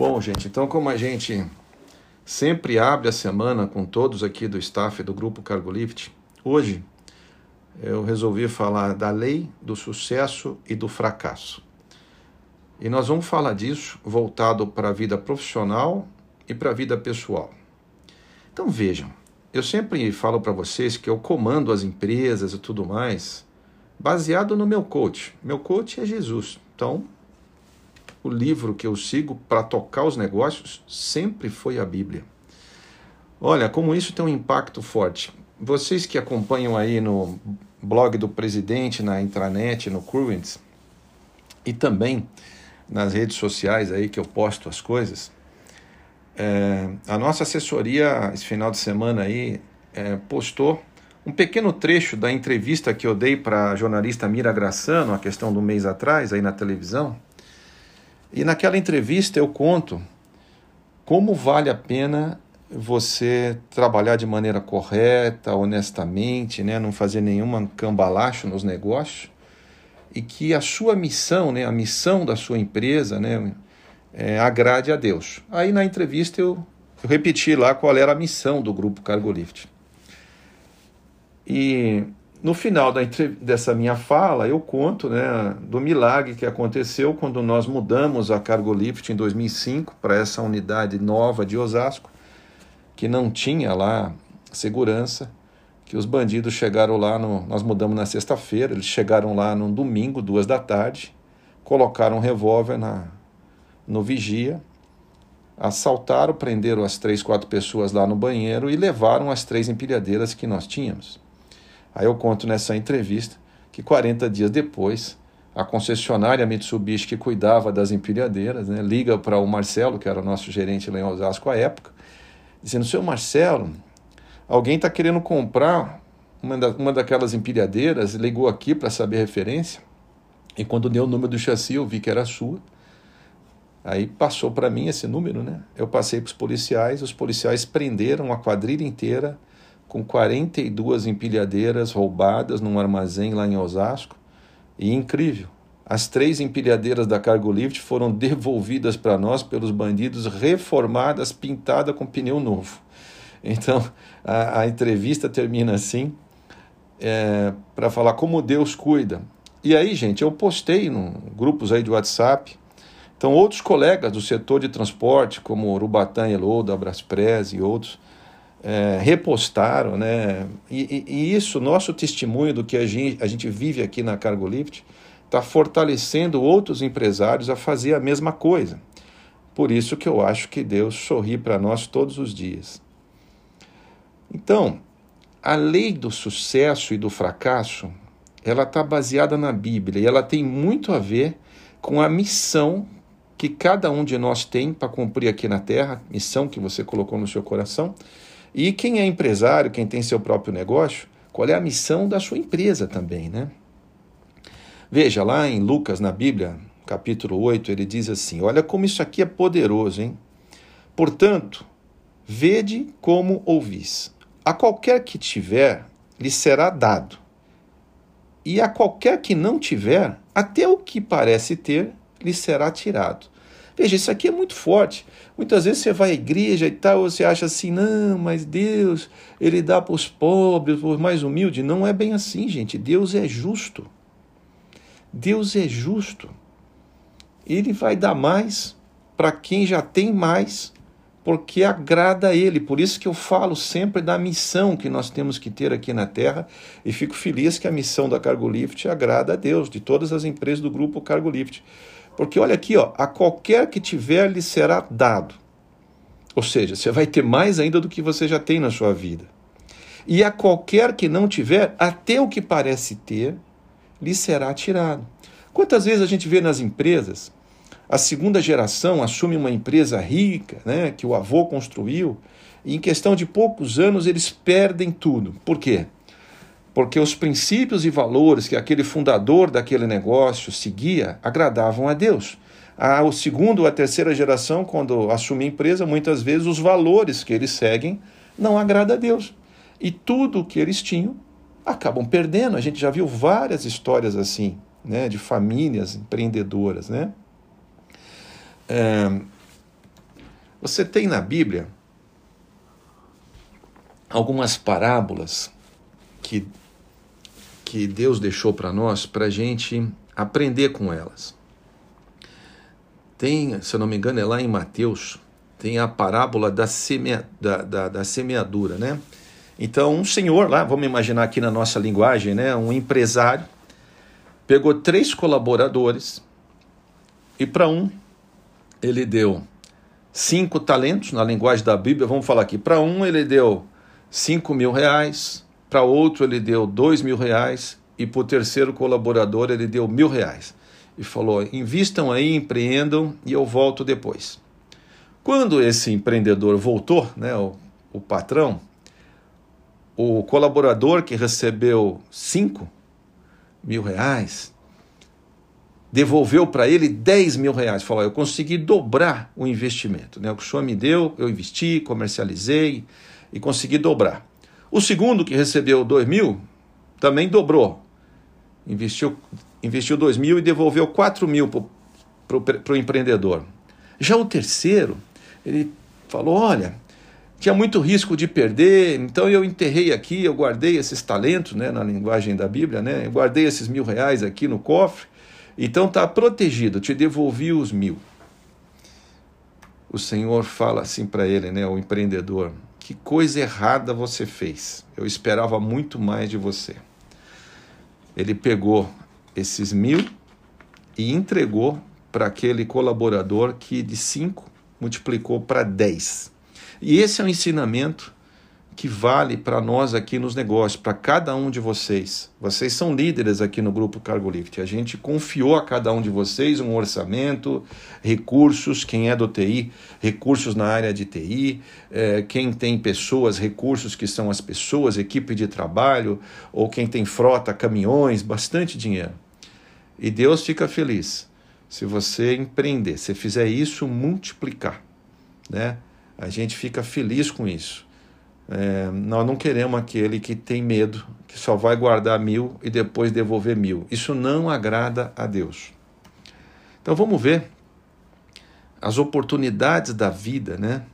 Bom, gente, então como a gente sempre abre a semana com todos aqui do staff do Grupo Cargolift, hoje eu resolvi falar da lei do sucesso e do fracasso. E nós vamos falar disso voltado para a vida profissional e para a vida pessoal. Então vejam, eu sempre falo para vocês que eu comando as empresas e tudo mais baseado no meu coach. Meu coach é Jesus. Então, o livro que eu sigo para tocar os negócios sempre foi a Bíblia. Olha, como isso tem um impacto forte. Vocês que acompanham aí no blog do presidente, na intranet, no Currents, e também nas redes sociais aí que eu posto as coisas, a nossa assessoria, esse final de semana aí, postou um pequeno trecho da entrevista que eu dei para a jornalista Mira Grassano, a questão do mês atrás, aí na televisão. E naquela entrevista eu conto como vale a pena você trabalhar de maneira correta, honestamente, né? Não fazer nenhuma cambalacho nos negócios, e que a sua missão, né? A missão da sua empresa, né? Agrade a Deus. Aí na entrevista eu repeti lá qual era a missão do Grupo Cargolift. E no final dessa minha fala, eu conto, né, do milagre que aconteceu quando nós mudamos a Cargolift em 2005 para essa unidade nova de Osasco, que não tinha lá segurança, que os bandidos chegaram lá, nós mudamos na sexta-feira, eles chegaram lá no domingo, 14h, colocaram um revólver no vigia, assaltaram, prenderam as 3, 4 pessoas lá no banheiro e levaram as 3 empilhadeiras que nós tínhamos. Aí eu conto nessa entrevista que 40 dias depois, a concessionária Mitsubishi que cuidava das empilhadeiras, né, liga para o Marcelo, que era o nosso gerente lá em Osasco à época, dizendo: seu Marcelo, alguém está querendo comprar uma daquelas empilhadeiras, ligou aqui para saber a referência, e quando deu o número do chassi eu vi que era a sua. Aí passou para mim esse número, né? Eu passei para os policiais prenderam a quadrilha inteira com 42 empilhadeiras roubadas num armazém lá em Osasco. E incrível, as 3 empilhadeiras da Cargolift foram devolvidas para nós pelos bandidos, reformadas, pintadas com pneu novo. Então, a entrevista termina assim, para falar como Deus cuida. E aí, gente, eu postei em grupos aí de WhatsApp. Então, outros colegas do setor de transporte, como Urubatã Elô, da Braspress e outros, repostaram, né? E isso, nosso testemunho do que a gente vive aqui na Cargolift, está fortalecendo outros empresários a fazer a mesma coisa. Por isso que eu acho que Deus sorri para nós todos os dias. Então, a lei do sucesso e do fracasso, ela está baseada na Bíblia e ela tem muito a ver com a missão que cada um de nós tem para cumprir aqui na Terra, missão que você colocou no seu coração. E quem é empresário, quem tem seu próprio negócio, qual é a missão da sua empresa também, né? Veja, lá em Lucas, na Bíblia, capítulo 8, ele diz assim: olha como isso aqui é poderoso, hein? Portanto, vede como ouvis. A qualquer que tiver, lhe será dado. E a qualquer que não tiver, até o que parece ter, lhe será tirado. Veja, isso aqui é muito forte. Muitas vezes você vai à igreja e tal, você acha assim: não, mas Deus, Ele dá para os pobres, para os mais humildes. Não é bem assim, gente. Deus é justo. Deus é justo. Ele vai dar mais para quem já tem mais, porque agrada a Ele. Por isso que eu falo sempre da missão que nós temos que ter aqui na Terra, e fico feliz que a missão da Cargolift agrada a Deus, de todas as empresas do Grupo Cargolift. Porque olha aqui, ó, a qualquer que tiver lhe será dado. Ou seja, você vai ter mais ainda do que você já tem na sua vida. E a qualquer que não tiver, até o que parece ter, lhe será tirado. Quantas vezes a gente vê nas empresas, a segunda geração assume uma empresa rica, né, que o avô construiu, e em questão de poucos anos eles perdem tudo. Por quê? Porque os princípios e valores que aquele fundador daquele negócio seguia agradavam a Deus. O segundo ou a terceira geração, quando assume a empresa, muitas vezes os valores que eles seguem não agradam a Deus. E tudo o que eles tinham acabam perdendo. A gente já viu várias histórias assim, né, de famílias empreendedoras, né? Você tem na Bíblia algumas parábolas que Deus deixou para nós, para a gente aprender com elas. Tem, se eu não me engano, é lá em Mateus, tem a parábola da semeadura, né? Então, um senhor lá, vamos imaginar aqui na nossa linguagem, né? Um empresário, pegou 3 colaboradores e para um ele deu 5 talentos, na linguagem da Bíblia, vamos falar aqui, para um ele deu 5.000 reais, para outro ele deu 2.000 reais e para o terceiro colaborador ele deu 1.000 reais. E falou, invistam aí, empreendam e eu volto depois. Quando esse empreendedor voltou, né, o patrão, o colaborador que recebeu 5.000 reais, devolveu para ele 10.000 reais. Falou, eu consegui dobrar o investimento, né? O que o senhor me deu, eu investi, comercializei e consegui dobrar. O segundo, que recebeu 2.000, também dobrou. Investiu 2.000 e devolveu 4.000 para o empreendedor. Já o terceiro, ele falou, olha, tinha muito risco de perder, então eu enterrei aqui, eu guardei esses talentos, né, na linguagem da Bíblia, né, eu guardei esses 1.000 reais aqui no cofre, então está protegido, te devolvi os 1.000. O Senhor fala assim para ele, né, o empreendedor, que coisa errada você fez, eu esperava muito mais de você. Ele pegou esses 1.000 e entregou para aquele colaborador que de 5 multiplicou para 10. E esse é um ensinamento que vale para nós aqui nos negócios, para cada um de vocês. Vocês são líderes aqui no Grupo Cargolift. A gente confiou a cada um de vocês um orçamento, recursos, quem é do TI, recursos na área de TI, quem tem pessoas, recursos que são as pessoas, equipe de trabalho, ou quem tem frota, caminhões, bastante dinheiro. E Deus fica feliz se você empreender, se fizer isso, multiplicar, né? A gente fica feliz com isso. Nós não queremos aquele que tem medo, que só vai guardar 1.000 e depois devolver 1.000. Isso não agrada a Deus. Então vamos ver as oportunidades da vida, né,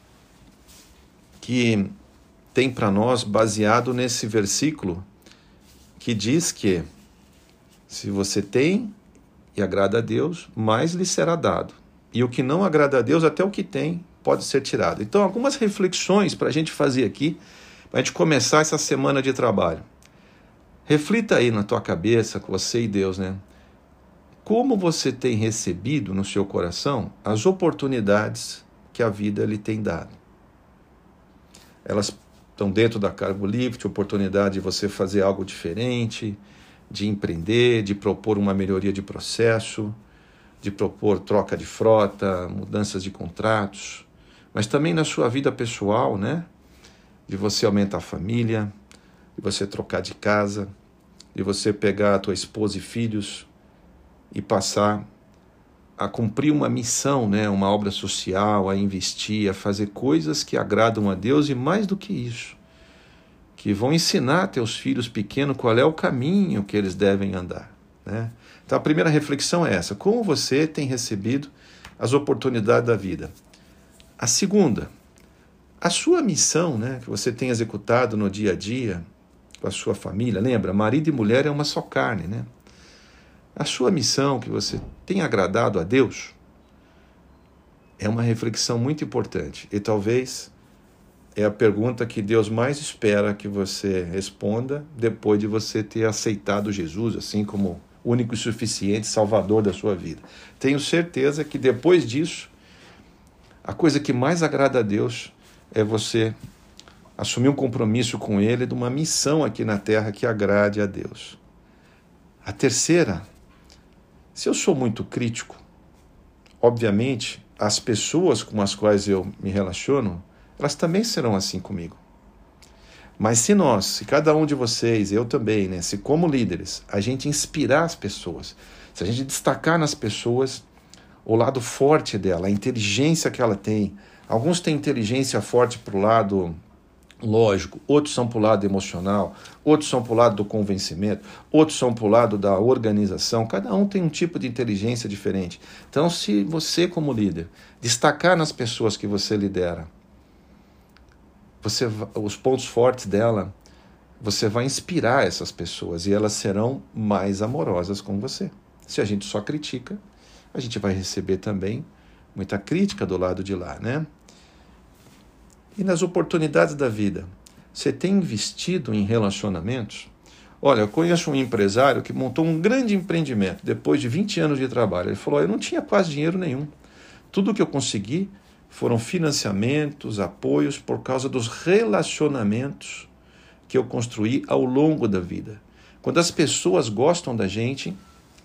que tem para nós baseado nesse versículo que diz que se você tem e agrada a Deus, mais lhe será dado. E o que não agrada a Deus, até o que tem, pode ser tirado. Então, algumas reflexões para a gente fazer aqui, para a gente começar essa semana de trabalho. Reflita aí na tua cabeça, com você e Deus, né? Como você tem recebido no seu coração as oportunidades que a vida lhe tem dado? Elas estão dentro da Cargolift, oportunidade de você fazer algo diferente, de empreender, de propor uma melhoria de processo, de propor troca de frota, mudanças de contratos, mas também na sua vida pessoal, né? De você aumentar a família, de você trocar de casa, de você pegar a tua esposa e filhos e passar a cumprir uma missão, né? Uma obra social, a investir, a fazer coisas que agradam a Deus e mais do que isso, que vão ensinar teus filhos pequenos qual é o caminho que eles devem andar, né? Então a primeira reflexão é essa, como você tem recebido as oportunidades da vida? A segunda, a sua missão, né, que você tem executado no dia a dia com a sua família, lembra, marido e mulher é uma só carne, né? A sua missão que você tem agradado a Deus é uma reflexão muito importante e talvez é a pergunta que Deus mais espera que você responda depois de você ter aceitado Jesus, assim como único e suficiente Salvador da sua vida. Tenho certeza que depois disso, a coisa que mais agrada a Deus é você assumir um compromisso com Ele de uma missão aqui na terra que agrade a Deus. A terceira, se eu sou muito crítico, obviamente, as pessoas com as quais eu me relaciono, elas também serão assim comigo. Mas se cada um de vocês, eu também, né, se como líderes, a gente inspirar as pessoas, se a gente destacar nas pessoas o lado forte dela, a inteligência que ela tem. Alguns têm inteligência forte para o lado Lógico, outros são para o lado emocional, outros são para o lado do convencimento, outros são para o lado da organização. Cada um tem um tipo de inteligência diferente. Então, se você, como líder, destacar nas pessoas que você lidera, os pontos fortes dela, você vai inspirar essas pessoas e elas serão mais amorosas com você. Se a gente só critica, a gente vai receber também muita crítica do lado de lá, né? E nas oportunidades da vida, você tem investido em relacionamentos? Olha, eu conheço um empresário que montou um grande empreendimento depois de 20 anos de trabalho. Ele falou, eu não tinha quase dinheiro nenhum. Tudo que eu consegui foram financiamentos, apoios por causa dos relacionamentos que eu construí ao longo da vida. Quando as pessoas gostam da gente,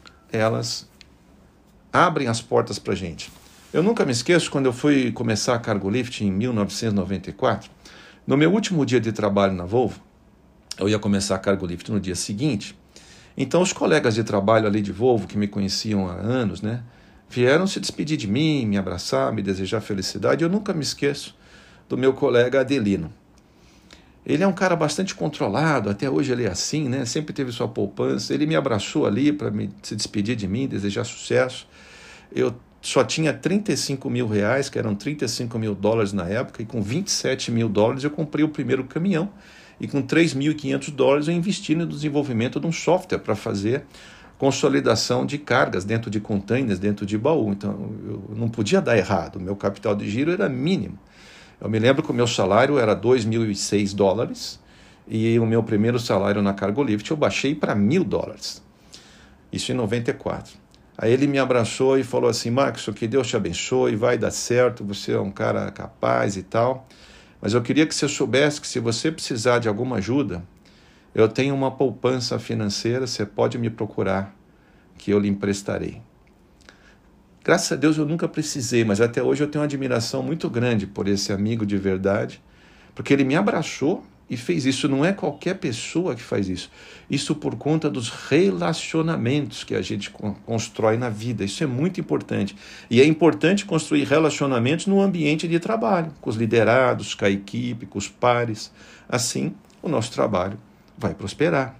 elas abrem as portas para a gente. Eu nunca me esqueço quando eu fui começar a Cargo Lift em 1994. No meu último dia de trabalho na Volvo, eu ia começar a Cargo Lift no dia seguinte. Então os colegas de trabalho ali de Volvo, que me conheciam há anos, né, vieram se despedir de mim, me abraçar, me desejar felicidade. Eu nunca me esqueço do meu colega Adelino. Ele é um cara bastante controlado, até hoje ele é assim, né? Sempre teve sua poupança. Ele me abraçou ali para se despedir de mim, desejar sucesso. Eu só tinha 35 mil reais, que eram 35 mil dólares na época, e com 27 mil dólares eu comprei o primeiro caminhão. E com 3.500 dólares eu investi no desenvolvimento de um software para fazer consolidação de cargas dentro de containers, dentro de baú. Então eu não podia dar errado, o meu capital de giro era mínimo. Eu me lembro que o meu salário era 2.006 dólares e o meu primeiro salário na Cargo Lift eu baixei para 1.000 dólares. Isso em 94. Aí ele me abraçou e falou assim, Marcos, que Deus te abençoe, vai dar certo, você é um cara capaz e tal. Mas eu queria que você soubesse que se você precisar de alguma ajuda, eu tenho uma poupança financeira, você pode me procurar, que eu lhe emprestarei. Graças a Deus eu nunca precisei, mas até hoje eu tenho uma admiração muito grande por esse amigo de verdade, porque ele me abraçou e fez isso. Não é qualquer pessoa que faz isso. Isso por conta dos relacionamentos que a gente constrói na vida. Isso é muito importante. E é importante construir relacionamentos no ambiente de trabalho, com os liderados, com a equipe, com os pares. Assim, o nosso trabalho vai prosperar.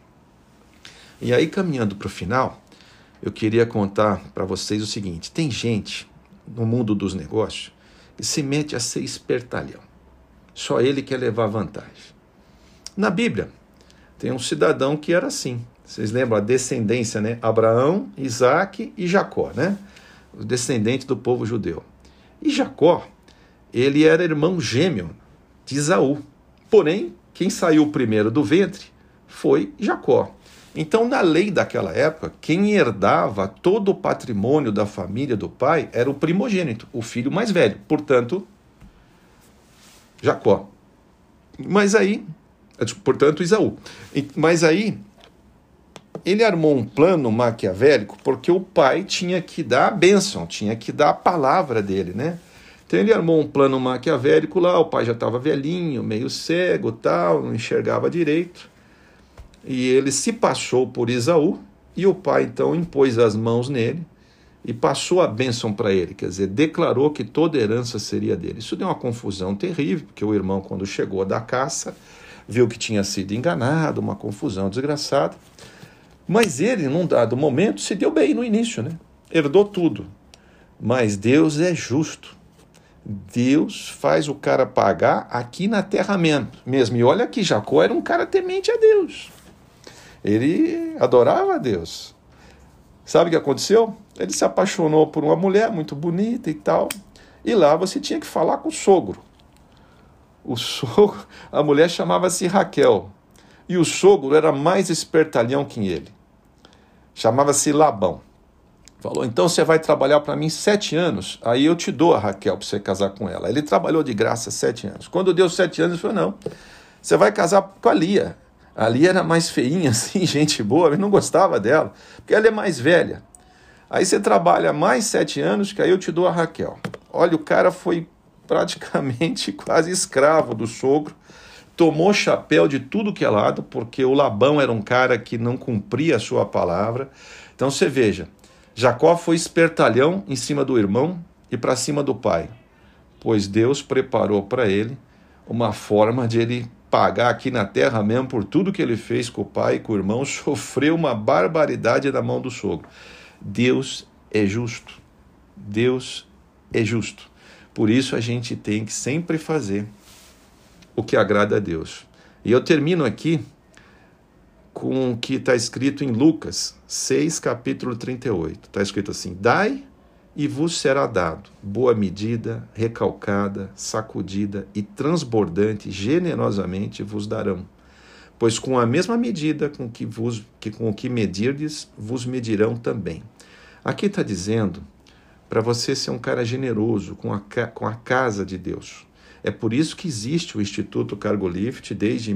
E aí, caminhando para o final, eu queria contar para vocês o seguinte. Tem gente no mundo dos negócios que se mete a ser espertalhão. Só ele quer levar vantagem. Na Bíblia, tem um cidadão que era assim. Vocês lembram a descendência, né? Abraão, Isaac e Jacó, né? O descendente do povo judeu. E Jacó, ele era irmão gêmeo de Esaú. Porém, quem saiu primeiro do ventre foi Jacó. Então, na lei daquela época, quem herdava todo o patrimônio da família do pai era o primogênito, o filho mais velho. Portanto, Jacó. Portanto, Esaú. Mas aí, ele armou um plano maquiavélico porque o pai tinha que dar a bênção, tinha que dar a palavra dele, né? Então ele armou um plano maquiavélico lá, o pai já estava velhinho, meio cego, tal, não enxergava direito. E ele se passou por Esaú, e o pai então impôs as mãos nele e passou a bênção para ele, quer dizer, declarou que toda herança seria dele. Isso deu uma confusão terrível, porque o irmão, quando chegou da caça, viu que tinha sido enganado, uma confusão desgraçada. Mas ele, num dado momento, se deu bem no início, né? Herdou tudo. Mas Deus é justo. Deus faz o cara pagar aqui na terra mesmo. E olha que Jacó era um cara temente a Deus. Ele adorava a Deus. Sabe o que aconteceu? Ele se apaixonou por uma mulher muito bonita e tal. E lá você tinha que falar com o sogro. O sogro, a mulher chamava-se Raquel. E o sogro era mais espertalhão que ele. Chamava-se Labão. Falou, então você vai trabalhar para mim 7 anos, aí eu te dou a Raquel para você casar com ela. Ele trabalhou de graça 7 anos. Quando deu 7 anos, ele falou, não, você vai casar com a Lia. A Lia era mais feinha, assim, gente boa, ele não gostava dela, porque ela é mais velha. Aí você trabalha mais 7 anos, que aí eu te dou a Raquel. Olha, o cara foi praticamente quase escravo do sogro, tomou chapéu de tudo que é lado, porque o Labão era um cara que não cumpria a sua palavra. Então você veja, Jacó foi espertalhão em cima do irmão e para cima do pai, pois Deus preparou para ele uma forma de ele pagar aqui na terra mesmo por tudo que ele fez com o pai e com o irmão, sofreu uma barbaridade na mão do sogro. Deus é justo. Deus é justo. Por isso a gente tem que sempre fazer o que agrada a Deus. E eu termino aqui com o que está escrito em Lucas 6, capítulo 38. Está escrito assim: dai e vos será dado, boa medida, recalcada, sacudida e transbordante, generosamente vos darão. Pois com a mesma medida com que medirdes, vos medirão também. Aqui está dizendo para você ser um cara generoso com a casa de Deus. É por isso que existe o Instituto Cargolift desde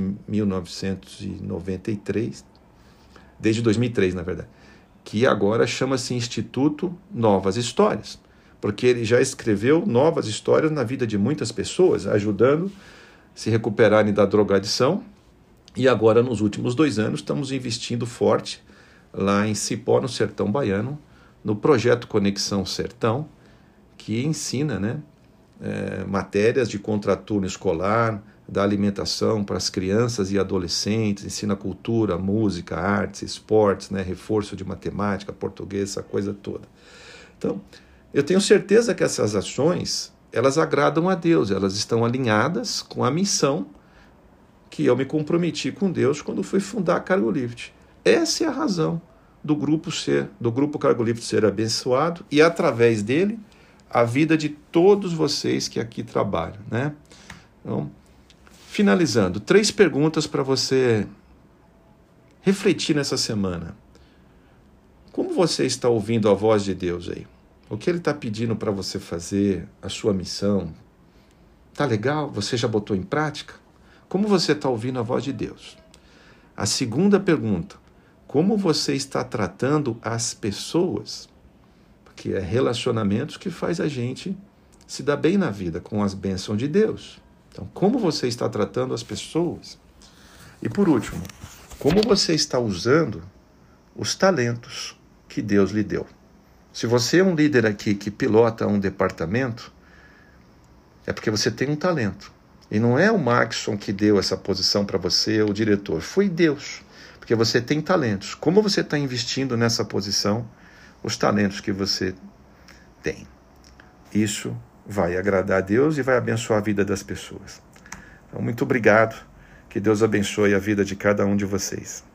1993, desde 2003, na verdade, que agora chama-se Instituto Novas Histórias, porque ele já escreveu novas histórias na vida de muitas pessoas, ajudando a se recuperarem da drogadição. E agora, nos últimos 2 anos, estamos investindo forte lá em Cipó, no Sertão Baiano, no projeto Conexão Sertão, que ensina, matérias de contraturno escolar, da alimentação para as crianças e adolescentes, ensina cultura, música, artes, esportes, reforço de matemática, português, essa coisa toda. Então, eu tenho certeza que essas ações, elas agradam a Deus, elas estão alinhadas com a missão que eu me comprometi com Deus quando fui fundar a Cargolift. Essa é a razão do grupo Cargolift ser abençoado e, através dele, a vida de todos vocês que aqui trabalham, Então, finalizando, 3 perguntas para você refletir nessa semana. Como você está ouvindo a voz de Deus aí? O que Ele está pedindo para você fazer, a sua missão? Tá legal? Você já botou em prática? Como você está ouvindo a voz de Deus? A segunda pergunta, como você está tratando as pessoas? Porque é relacionamentos que faz a gente se dar bem na vida com as bênçãos de Deus. Então, como você está tratando as pessoas? E por último, como você está usando os talentos que Deus lhe deu? Se você é um líder aqui que pilota um departamento, é porque você tem um talento. E não é o Maxson que deu essa posição para você, o diretor. Foi Deus, porque você tem talentos. Como você está investindo nessa posição, os talentos que você tem? Isso vai agradar a Deus e vai abençoar a vida das pessoas. Então, muito obrigado. Que Deus abençoe a vida de cada um de vocês.